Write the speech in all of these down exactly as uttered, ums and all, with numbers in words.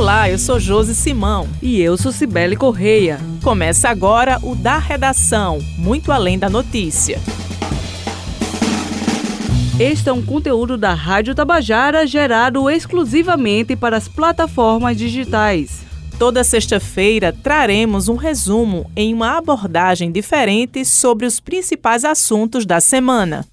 Olá, eu sou Josi Simão. E eu sou Cibele Correia. Começa agora o Da Redação, muito além da notícia. Este é um conteúdo da Rádio Tabajara gerado exclusivamente para as plataformas digitais. Toda sexta-feira traremos um resumo em uma abordagem diferente sobre os principais assuntos da semana.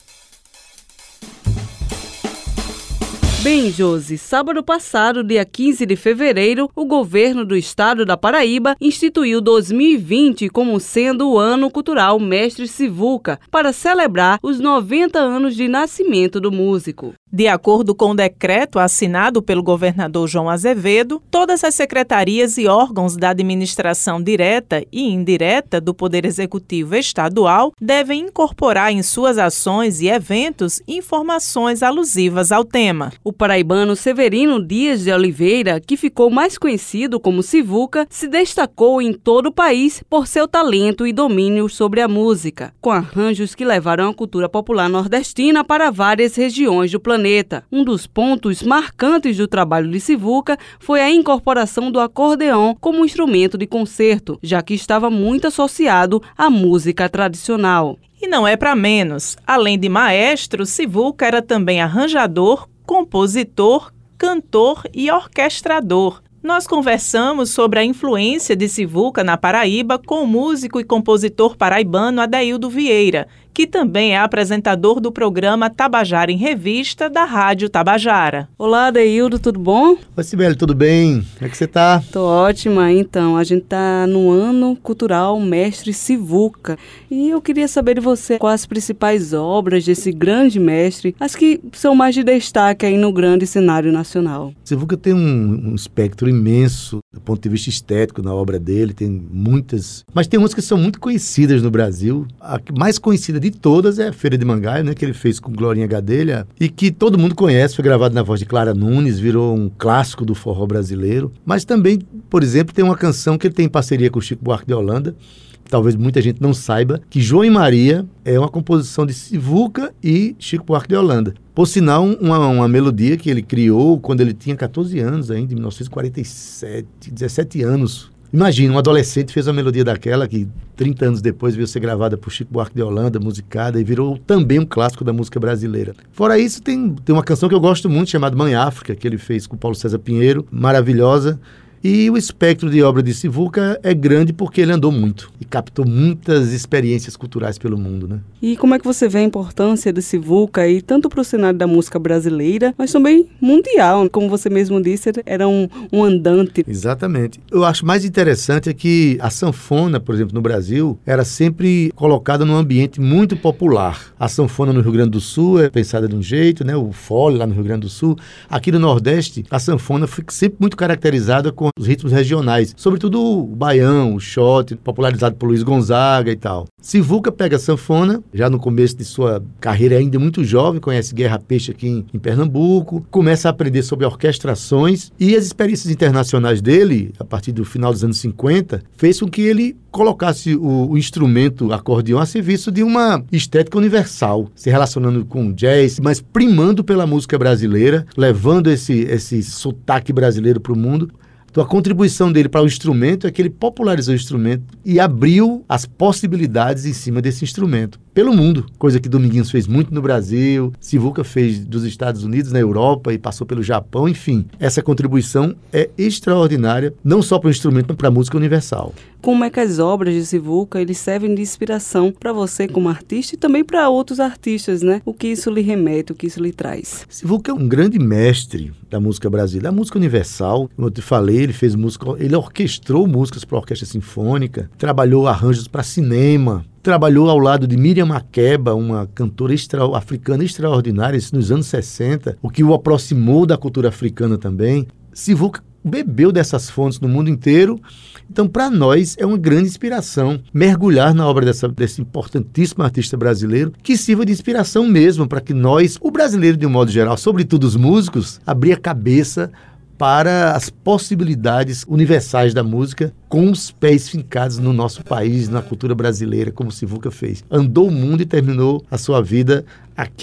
Bem, Josi, sábado passado, dia quinze de fevereiro, o governo do estado da Paraíba instituiu dois mil e vinte como sendo o Ano Cultural Mestre Sivuca, para celebrar os noventa anos de nascimento do músico. De acordo com o decreto assinado pelo governador João Azevedo, todas as secretarias e órgãos da administração direta e indireta do Poder Executivo Estadual devem incorporar em suas ações e eventos informações alusivas ao tema. O paraibano Severino Dias de Oliveira, que ficou mais conhecido como Sivuca, se destacou em todo o país por seu talento e domínio sobre a música, com arranjos que levaram a cultura popular nordestina para várias regiões do planeta. Um dos pontos marcantes do trabalho de Sivuca foi a incorporação do acordeão como instrumento de concerto, já que estava muito associado à música tradicional. E não é para menos. Além de maestro, Sivuca era também arranjador, compositor, cantor e orquestrador. Nós conversamos sobre a influência de Sivuca na Paraíba com o músico e compositor paraibano Adeildo Vieira, que também é apresentador do programa Tabajara em Revista da Rádio Tabajara. Olá, Adeildo, tudo bom? Oi, Cibele, tudo bem? Como é que você tá? Tô ótima. Então, a gente tá no Ano Cultural Mestre Sivuca. E eu queria saber de você quais as principais obras desse grande mestre, as que são mais de destaque aí no grande cenário nacional. Sivuca tem um, um espectro imenso do ponto de vista estético na obra dele, tem muitas, mas tem umas que são muito conhecidas no Brasil. A mais conhecida de todas é a Feira de Mangaio, né, que ele fez com Glorinha Gadelha e que todo mundo conhece, foi gravado na voz de Clara Nunes, virou um clássico do forró brasileiro. Mas também, por exemplo, tem uma canção que ele tem em parceria com o Chico Buarque de Holanda, talvez muita gente não saiba, que João e Maria é uma composição de Sivuca e Chico Buarque de Holanda. Por sinal, uma, uma melodia que ele criou quando ele tinha catorze anos ainda, em mil novecentos e quarenta e sete, dezessete anos. Imagina, um adolescente fez uma melodia daquela que trinta anos depois veio ser gravada por Chico Buarque de Holanda, musicada, e virou também um clássico da música brasileira. Fora isso, tem, tem uma canção que eu gosto muito, chamada Mãe África, que ele fez com Paulo César Pinheiro, maravilhosa. E o espectro de obra de Sivuca é grande porque ele andou muito e captou muitas experiências culturais pelo mundo, né? E como é que você vê a importância de Sivuca aí, tanto para o cenário da música brasileira, mas também mundial? Como você mesmo disse, era um, um andante. Exatamente. Eu acho mais interessante é que a sanfona, por exemplo, no Brasil, era sempre colocada num ambiente muito popular. A sanfona no Rio Grande do Sul é pensada de um jeito, né? O fole lá no Rio Grande do Sul. Aqui no Nordeste, a sanfona foi sempre muito caracterizada com os ritmos regionais, sobretudo o baião, o shot, popularizado por Luiz Gonzaga e tal. Sivuca pega a sanfona, já no começo de sua carreira ainda muito jovem, conhece Guerra Peixe aqui em, em Pernambuco, começa a aprender sobre orquestrações e as experiências internacionais dele, a partir do final dos anos cinquenta, fez com que ele colocasse o, o instrumento acordeão a serviço de uma estética universal, se relacionando com jazz, mas primando pela música brasileira, levando esse, esse sotaque brasileiro para o mundo. Então, a contribuição dele para o instrumento é que ele popularizou o instrumento e abriu as possibilidades em cima desse instrumento pelo mundo, coisa que Dominguinhos fez muito no Brasil, Sivuca fez dos Estados Unidos, na Europa e passou pelo Japão, enfim. Essa contribuição é extraordinária, não só para o instrumento, mas para a música universal. Como é que as obras de Sivuca eles servem de inspiração para você como artista e também para outros artistas, né? O que isso lhe remete, o que isso lhe traz? Sivuca é um grande mestre da música brasileira, da música universal. Como eu te falei, ele fez música, ele orquestrou músicas para a orquestra sinfônica, trabalhou arranjos para cinema, trabalhou ao lado de Miriam Makeba, uma cantora extra, africana extraordinária, isso nos anos sessenta, o que o aproximou da cultura africana também. Sivuca bebeu dessas fontes no mundo inteiro. Então, para nós, é uma grande inspiração mergulhar na obra dessa, desse importantíssimo artista brasileiro, que sirva de inspiração mesmo para que nós, o brasileiro de um modo geral, sobretudo os músicos, abrir a cabeça para as possibilidades universais da música, com os pés fincados no nosso país, na cultura brasileira, como Sivuca fez. Andou o mundo e terminou a sua vida aqui,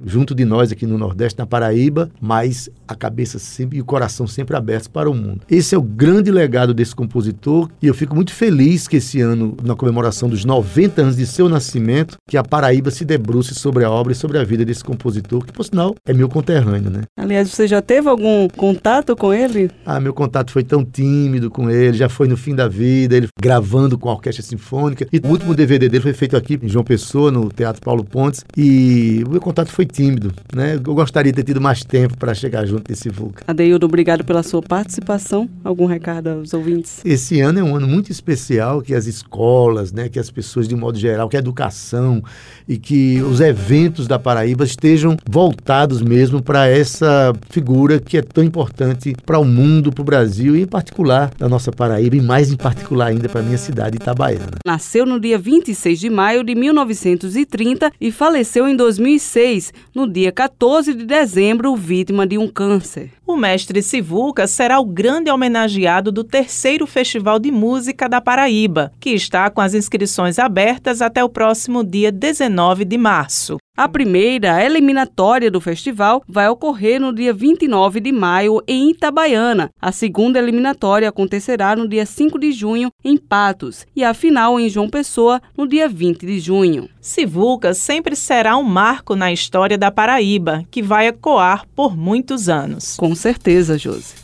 junto de nós aqui no Nordeste, na Paraíba, mas a cabeça sempre e o coração sempre abertos para o mundo. Esse é o grande legado desse compositor e eu fico muito feliz que esse ano, na comemoração dos noventa anos de seu nascimento, que a Paraíba se debruce sobre a obra e sobre a vida desse compositor, que por sinal é meu conterrâneo, né? Aliás, você já teve algum contato com ele? Ah, meu contato foi tão tímido com ele, já foi no fim da vida, ele gravando com a Orquestra Sinfônica, e o último D V D dele foi feito aqui em João Pessoa, no Teatro Paulo Pontes, e o meu contato foi tímido, né? Eu gostaria de ter tido mais tempo para chegar junto desse Sivuca. Adeildo, obrigado pela sua participação. Algum recado aos ouvintes? Esse ano é um ano muito especial, que as escolas, né, que as pessoas de modo geral, que a educação e que os eventos da Paraíba estejam voltados mesmo para essa figura que é tão importante para o mundo, para o Brasil e em particular da nossa Paraíba e mais em particular ainda para a minha cidade, Itabaiana. Nasceu no dia vinte e seis de maio de mil novecentos e trinta e faleceu em dois mil e seis, no dia quatorze de dezembro, vítima de um câncer. O mestre Sivuca será o grande homenageado do terceiro Festival de Música da Paraíba, que está com as inscrições abertas até o próximo dia dezenove de março. A primeira eliminatória do festival vai ocorrer no dia vinte e nove de maio em Itabaiana. A segunda eliminatória acontecerá no dia cinco de junho em Patos e a final em João Pessoa no dia vinte de junho. Sivuca sempre será um marco na história da Paraíba, que vai ecoar por muitos anos. Com certeza, Josi.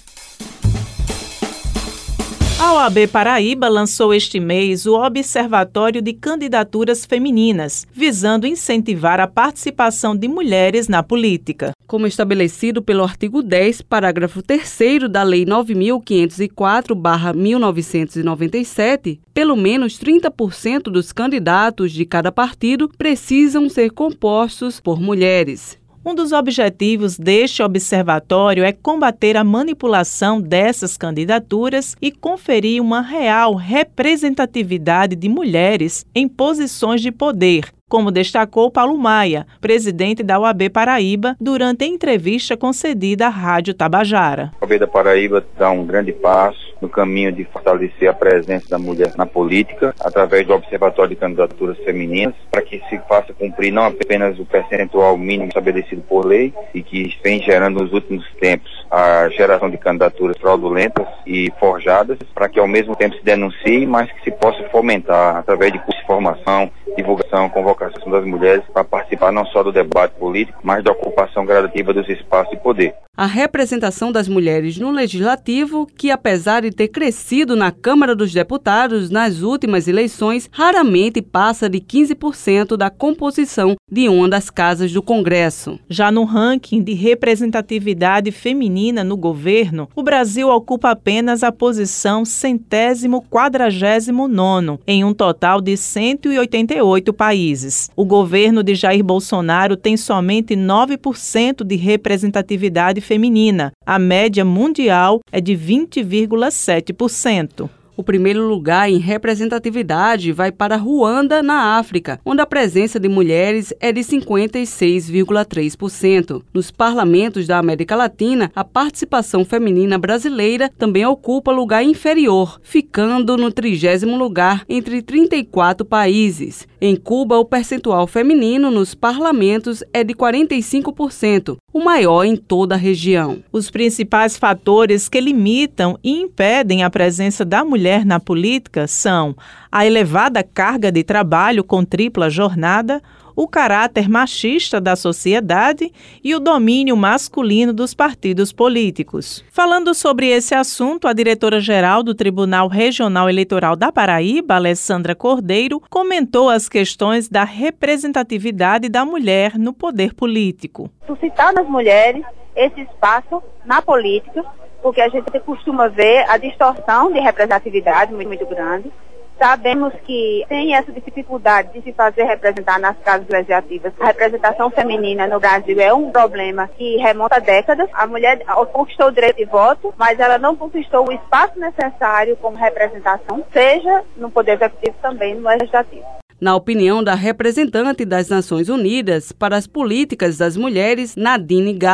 A O A B Paraíba lançou este mês o Observatório de Candidaturas Femininas, visando incentivar a participação de mulheres na política. Como estabelecido pelo artigo dez, parágrafo terceiro da Lei nove mil quinhentos e quatro barra mil novecentos e noventa e sete, pelo menos trinta por cento dos candidatos de cada partido precisam ser compostos por mulheres. Um dos objetivos deste observatório é combater a manipulação dessas candidaturas e conferir uma real representatividade de mulheres em posições de poder, como destacou Paulo Maia, presidente da O A B Paraíba, durante a entrevista concedida à Rádio Tabajara. A O A B da Paraíba dá um grande passo no caminho de fortalecer a presença da mulher na política, através do Observatório de Candidaturas Femininas, para que se faça cumprir não apenas o percentual mínimo estabelecido por lei e que vem gerando nos últimos tempos a geração de candidaturas fraudulentas e forjadas, para que ao mesmo tempo se denuncie, mas que se possa fomentar através de cursos de formação, divulgação, convocação das mulheres para participar não só do debate político, mas da ocupação gradativa dos espaços de poder. A representação das mulheres no Legislativo, que apesar de ter crescido na Câmara dos Deputados nas últimas eleições, raramente passa de quinze por cento da composição de uma das casas do Congresso. Já no ranking de representatividade feminina no governo, o Brasil ocupa apenas a posição centésimo quadragésimo nono, em um total de cento e oitenta e oito países. O governo de Jair Bolsonaro tem somente nove por cento de representatividade feminina. A média mundial é de vinte vírgula sete por cento. O primeiro lugar em representatividade vai para Ruanda, na África, onde a presença de mulheres é de cinquenta e seis vírgula três por cento. Nos parlamentos da América Latina, a participação feminina brasileira também ocupa lugar inferior, ficando no trigésimo lugar entre trinta e quatro países. Em Cuba, o percentual feminino nos parlamentos é de quarenta e cinco por cento, o maior em toda a região. Os principais fatores que limitam e impedem a presença da mulher na política são a elevada carga de trabalho com tripla jornada, o caráter machista da sociedade e o domínio masculino dos partidos políticos. Falando sobre esse assunto, a diretora-geral do Tribunal Regional Eleitoral da Paraíba, Alessandra Cordeiro, comentou as questões da representatividade da mulher no poder político. Suscitar nas mulheres esse espaço na política, porque a gente costuma ver a distorção de representatividade muito, muito grande. Sabemos que tem essa dificuldade de se fazer representar nas casas legislativas. A representação feminina no Brasil é um problema que remonta a décadas. A mulher conquistou o direito de voto, mas ela não conquistou o espaço necessário como representação, seja no Poder Executivo também no Legislativo. Na opinião da representante das Nações Unidas para as Políticas das Mulheres, Nadine Gassmann,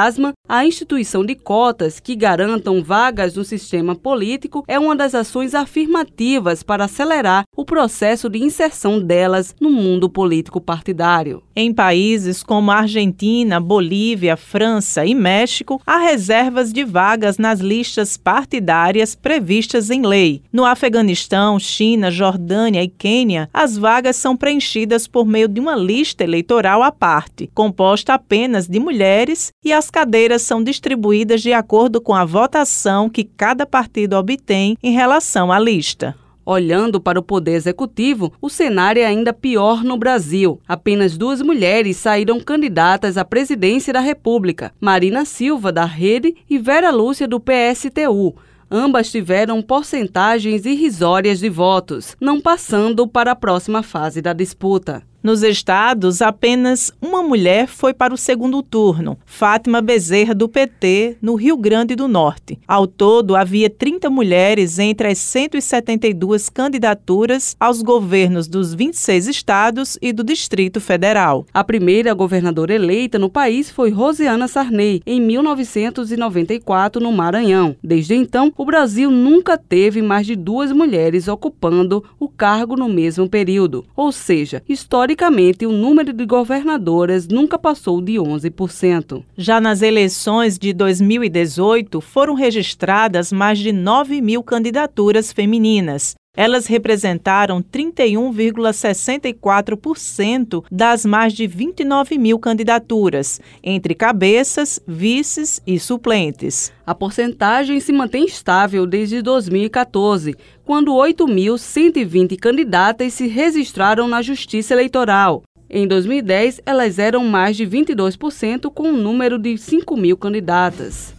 A instituição de cotas que garantam vagas no sistema político é uma das ações afirmativas para acelerar o processo de inserção delas no mundo político partidário. Em países como Argentina, Bolívia, França e México, há reservas de vagas nas listas partidárias previstas em lei. No Afeganistão, China, Jordânia e Quênia, as vagas são preenchidas por meio de uma lista eleitoral à parte, composta apenas de mulheres, e as cadeiras são distribuídas de acordo com a votação que cada partido obtém em relação à lista. Olhando para o Poder Executivo, o cenário é ainda pior no Brasil. Apenas duas mulheres saíram candidatas à presidência da República, Marina Silva, da Rede, e Vera Lúcia, do P S T U. Ambas tiveram porcentagens irrisórias de votos, não passando para a próxima fase da disputa. Nos estados, apenas uma mulher foi para o segundo turno, Fátima Bezerra, do P T, no Rio Grande do Norte. Ao todo, havia trinta mulheres entre as cento e setenta e duas candidaturas aos governos dos vinte e seis estados e do Distrito Federal. A primeira governadora eleita no país foi Rosiana Sarney, em mil novecentos e noventa e quatro, no Maranhão. Desde então, o Brasil nunca teve mais de duas mulheres ocupando o cargo no mesmo período, ou seja, historicamente, Historicamente, o número de governadoras nunca passou de onze por cento. Já nas eleições de dois mil e dezoito, foram registradas mais de nove mil candidaturas femininas. Elas representaram trinta e um vírgula sessenta e quatro por cento das mais de vinte e nove mil candidaturas, entre cabeças, vices e suplentes. A porcentagem se mantém estável desde dois mil e quatorze, quando oito mil cento e vinte candidatas se registraram na Justiça Eleitoral. Em dois mil e dez, elas eram mais de vinte e dois por cento, com um número de cinco mil candidatas.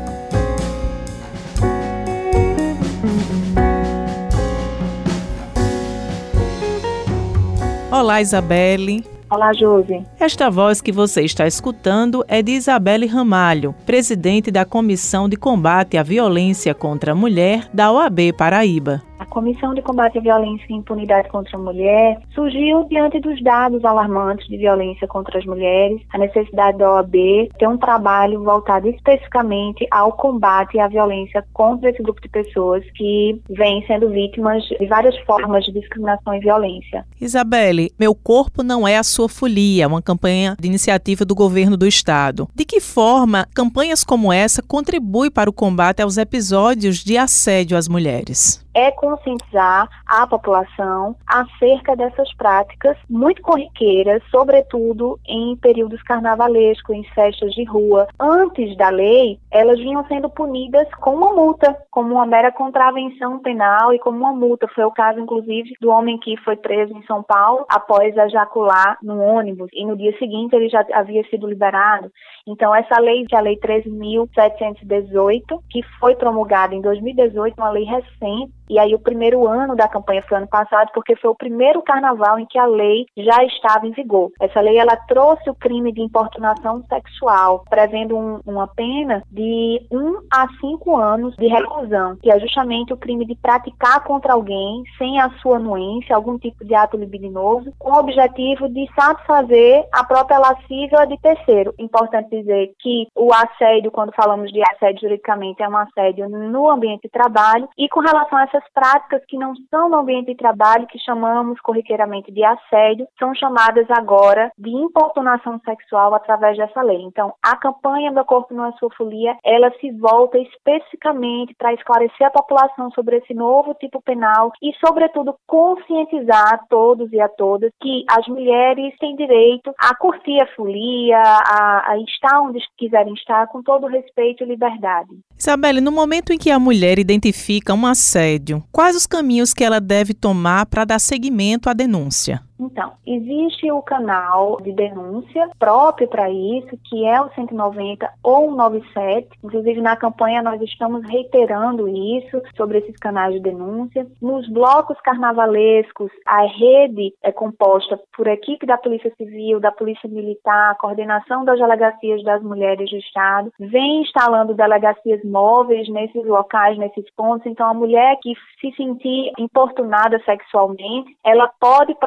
Olá, Isabelle. Olá, Josi. Esta voz que você está escutando é de Isabelle Ramalho, presidente da Comissão de Combate à Violência contra a Mulher da O A B Paraíba. A Comissão de Combate à Violência e Impunidade contra a Mulher surgiu diante dos dados alarmantes de violência contra as mulheres, a necessidade da O A B ter um trabalho voltado especificamente ao combate à violência contra esse grupo de pessoas que vêm sendo vítimas de várias formas de discriminação e violência. Isabelle, Meu Corpo Não É a Sua Folia, uma campanha de iniciativa do governo do estado. De que forma campanhas como essa contribuem para o combate aos episódios de assédio às mulheres? É conscientizar a população acerca dessas práticas muito corriqueiras, sobretudo em períodos carnavalescos, em festas de rua. Antes da lei, elas vinham sendo punidas com uma multa, como uma mera contravenção penal e como uma multa. Foi o caso, inclusive, do homem que foi preso em São Paulo após ejacular no ônibus e no dia seguinte ele já havia sido liberado. Então, essa lei, que é a Lei treze mil setecentos e dezoito, que foi promulgada em dois mil e dezoito, uma lei recente, e aí o primeiro ano da campanha foi ano passado, porque foi o primeiro carnaval em que a lei já estava em vigor. Essa lei, ela trouxe o crime de importunação sexual, prevendo um, uma pena de um a cinco anos de reclusão, que é justamente o crime de praticar contra alguém, sem a sua anuência, algum tipo de ato libidinoso, com o objetivo de satisfazer a própria lascívia de terceiro. Importante dizer que o assédio, quando falamos de assédio juridicamente, é um assédio no ambiente de trabalho, e com relação a essas práticas que não são no ambiente de trabalho, que chamamos corriqueiramente de assédio, são chamadas agora de importunação sexual através dessa lei. Então, a campanha Meu Corpo Não É Sua Folia, ela se volta especificamente para esclarecer a população sobre esse novo tipo penal e, sobretudo, conscientizar a todos e a todas que as mulheres têm direito a curtir a folia, a, a estar onde quiserem estar, com todo respeito e liberdade. Isabelle, no momento em que a mulher identifica um assédio, quais os caminhos que ela deve tomar para dar seguimento à denúncia? Então, existe o canal de denúncia próprio para isso, que é o cento e noventa ou o noventa e sete. Inclusive, na campanha, nós estamos reiterando isso, sobre esses canais de denúncia. Nos blocos carnavalescos, a rede é composta por equipe da Polícia Civil, da Polícia Militar, a coordenação das delegacias das mulheres do Estado, vem instalando delegacias móveis nesses locais, nesses pontos. Então, a mulher que se sentir importunada sexualmente, ela pode procurar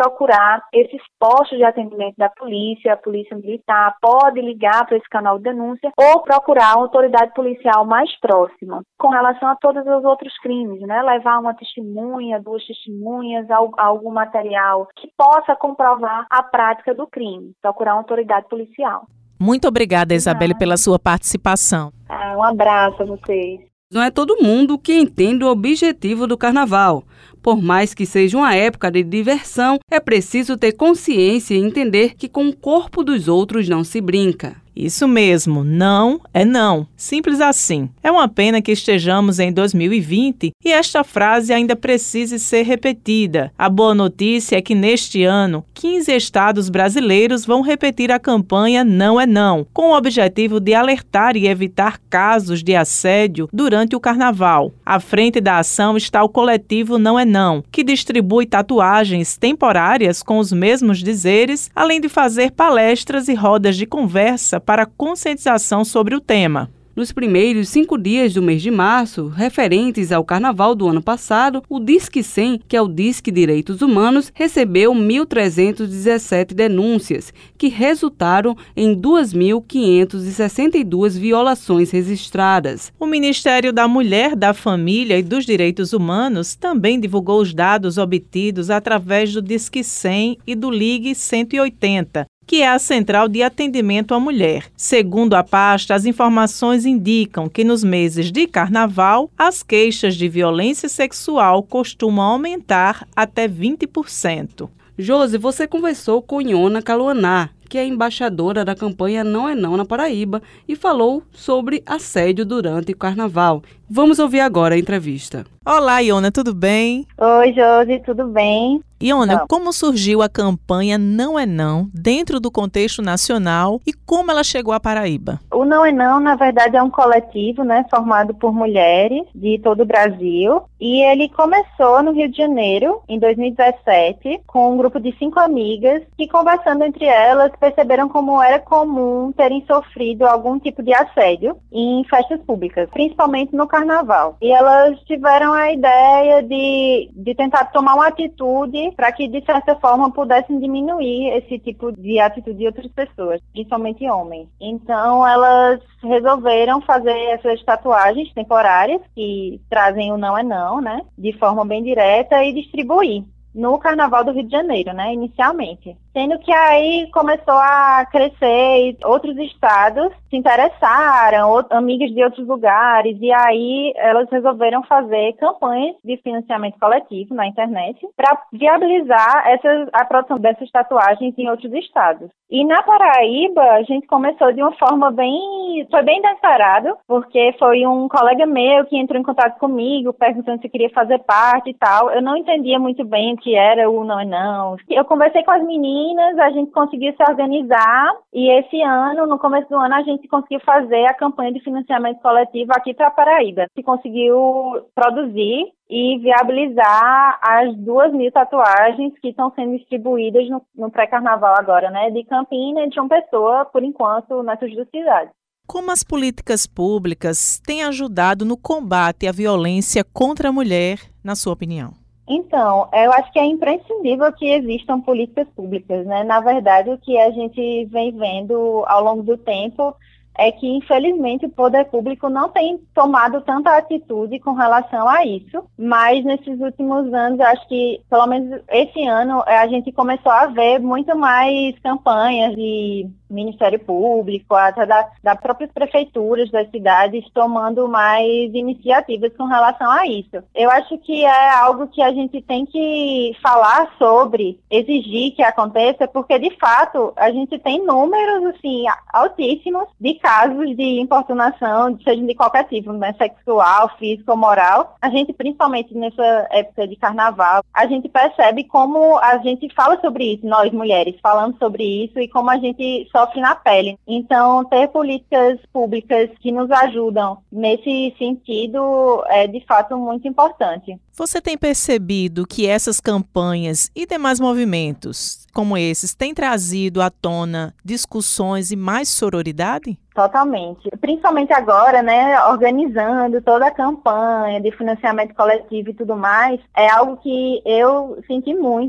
utilizar esses postos de atendimento da polícia, a polícia militar, pode ligar para esse canal de denúncia ou procurar a autoridade policial mais próxima. Com relação a todos os outros crimes, né? Levar uma testemunha, duas testemunhas, algum material que possa comprovar a prática do crime. Procurar uma autoridade policial. Muito obrigada, Isabelle, pela sua participação. Ah, um abraço a vocês. Não é todo mundo que entende o objetivo do carnaval. Por mais que seja uma época de diversão, é preciso ter consciência e entender que com o corpo dos outros não se brinca. Isso mesmo, não é não. Simples assim. É uma pena que estejamos em dois mil e vinte e esta frase ainda precise ser repetida. A boa notícia é que neste ano, quinze estados brasileiros vão repetir a campanha Não é Não, com o objetivo de alertar e evitar casos de assédio durante o carnaval. À frente da ação está o coletivo Não é Não, que distribui tatuagens temporárias com os mesmos dizeres, além de fazer palestras e rodas de conversa para conscientização sobre o tema. Nos primeiros cinco dias do mês de março, referentes ao carnaval do ano passado, o Disque cem, que é o Disque Direitos Humanos, recebeu mil trezentas e dezessete denúncias, que resultaram em duas mil quinhentas e sessenta e duas violações registradas. O Ministério da Mulher, da Família e dos Direitos Humanos também divulgou os dados obtidos através do Disque cem e do Ligue cento e oitenta, que é a Central de Atendimento à Mulher. Segundo a pasta, as informações indicam que nos meses de carnaval, as queixas de violência sexual costumam aumentar até vinte por cento. Josi, você conversou com Iona Caluaná, que é embaixadora da campanha Não é Não na Paraíba, e falou sobre assédio durante o carnaval. Vamos ouvir agora a entrevista. Olá, Iona, tudo bem? Oi, Josi, tudo bem? Iona, não. Como surgiu a campanha Não é Não dentro do contexto nacional e como ela chegou à Paraíba? O Não é Não, na verdade, é um coletivo, né, formado por mulheres de todo o Brasil, e ele começou no Rio de Janeiro, em dois mil e dezessete, com um grupo de cinco amigas que, conversando entre elas, perceberam como era comum terem sofrido algum tipo de assédio em festas públicas, principalmente no carnaval. E elas tiveram a ideia de, de tentar tomar uma atitude para que, de certa forma, pudessem diminuir esse tipo de atitude de outras pessoas, principalmente homens. Então, elas resolveram fazer essas tatuagens temporárias, que trazem o Não é Não, né, de forma bem direta, e distribuir no Carnaval do Rio de Janeiro, né, inicialmente. Sendo que aí começou a crescer e outros estados se interessaram, outras, amigas de outros lugares, e aí elas resolveram fazer campanhas de financiamento coletivo na internet para viabilizar essa, a produção dessas tatuagens em outros estados. E na Paraíba, a gente começou de uma forma bem... foi bem inesperado, porque foi um colega meu que entrou em contato comigo, perguntando se queria fazer parte e tal. Eu não entendia muito bem o que era o Não é Não. Eu conversei com as meninas, a gente conseguiu se organizar, e esse ano, no começo do ano, a gente conseguiu fazer a campanha de financiamento coletivo aqui para a Paraíba. A gente conseguiu produzir e viabilizar as duas mil tatuagens que estão sendo distribuídas no, no pré-carnaval agora, né, de Campina e de João Pessoa, por enquanto, nessas duas cidades. Como as políticas públicas têm ajudado no combate à violência contra a mulher, na sua opinião? Então, eu acho que é imprescindível que existam políticas públicas, né? Na verdade, o que a gente vem vendo ao longo do tempo é que, infelizmente, o poder público não tem tomado tanta atitude com relação a isso, mas nesses últimos anos, acho que, pelo menos esse ano, a gente começou a ver muito mais campanhas de Ministério Público, até da, das próprias prefeituras das cidades tomando mais iniciativas com relação a isso. Eu acho que é algo que a gente tem que falar sobre, exigir que aconteça, porque, de fato, a gente tem números, assim, altíssimos de casos de importunação, seja de qualquer tipo, né, sexual, físico ou moral. A gente, principalmente nessa época de carnaval, a gente percebe como a gente fala sobre isso, nós mulheres falando sobre isso, e como a gente sofre na pele. Então, ter políticas públicas que nos ajudam nesse sentido é, de fato, muito importante. Você tem percebido que essas campanhas e demais movimentos como esses têm trazido à tona discussões e mais sororidade? Totalmente. Principalmente agora, né, organizando toda a campanha de financiamento coletivo e tudo mais, é algo que eu senti muito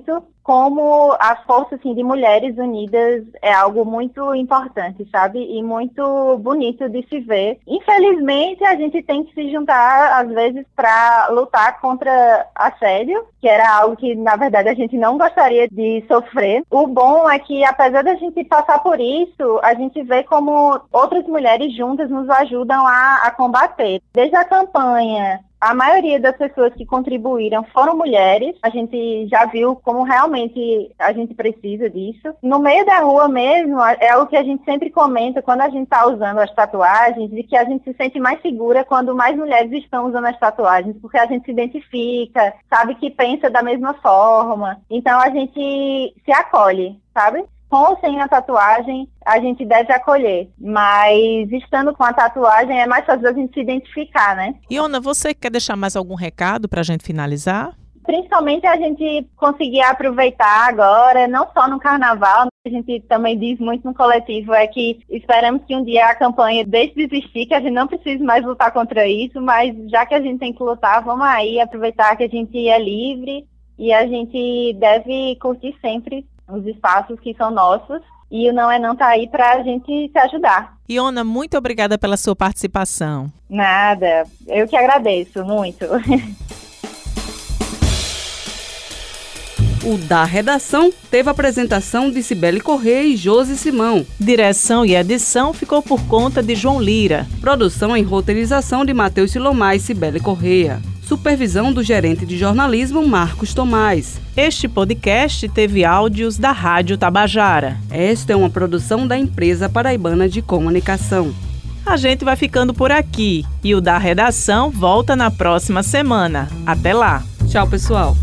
como a força assim, de mulheres unidas é algo muito importante, sabe? E muito bonito de se ver. Infelizmente, a gente tem que se juntar, às vezes, para lutar contra assédio, que era algo que, na verdade, a gente não gostaria de sofrer. O bom é que, apesar da gente passar por isso, a gente vê como outras mulheres juntas nos ajudam a, a combater. Desde a campanha, a maioria das pessoas que contribuíram foram mulheres. A gente já viu como realmente a gente precisa disso. No meio da rua mesmo, é o que a gente sempre comenta quando a gente está usando as tatuagens, de que a gente se sente mais segura quando mais mulheres estão usando as tatuagens, porque a gente se identifica, sabe que pensa da mesma forma. Então a gente se acolhe, sabe? Com ou sem a tatuagem, a gente deve acolher. Mas estando com a tatuagem, é mais fácil a gente se identificar, né? Iona, você quer deixar mais algum recado para a gente finalizar? Principalmente a gente conseguir aproveitar agora, não só no carnaval, a gente também diz muito no coletivo, é que esperamos que um dia a campanha deixe de existir, que a gente não precise mais lutar contra isso, mas já que a gente tem que lutar, vamos aí aproveitar que a gente é livre e a gente deve curtir sempre os espaços que são nossos, e o Não é Não tá aí para a gente se ajudar. Iona, muito obrigada pela sua participação. Nada, eu que agradeço muito. O Da Redação teve a apresentação de Cibele Corrêa e Josi Simão. Direção e edição ficou por conta de João Lira. Produção e roteirização de Matheus Silomar e Cibele Corrêa. Supervisão do gerente de jornalismo Marcos Tomás. Este podcast teve áudios da Rádio Tabajara. Esta é uma produção da Empresa Paraibana de Comunicação. A gente vai ficando por aqui e o Da Redação volta na próxima semana. Até lá. Tchau, pessoal.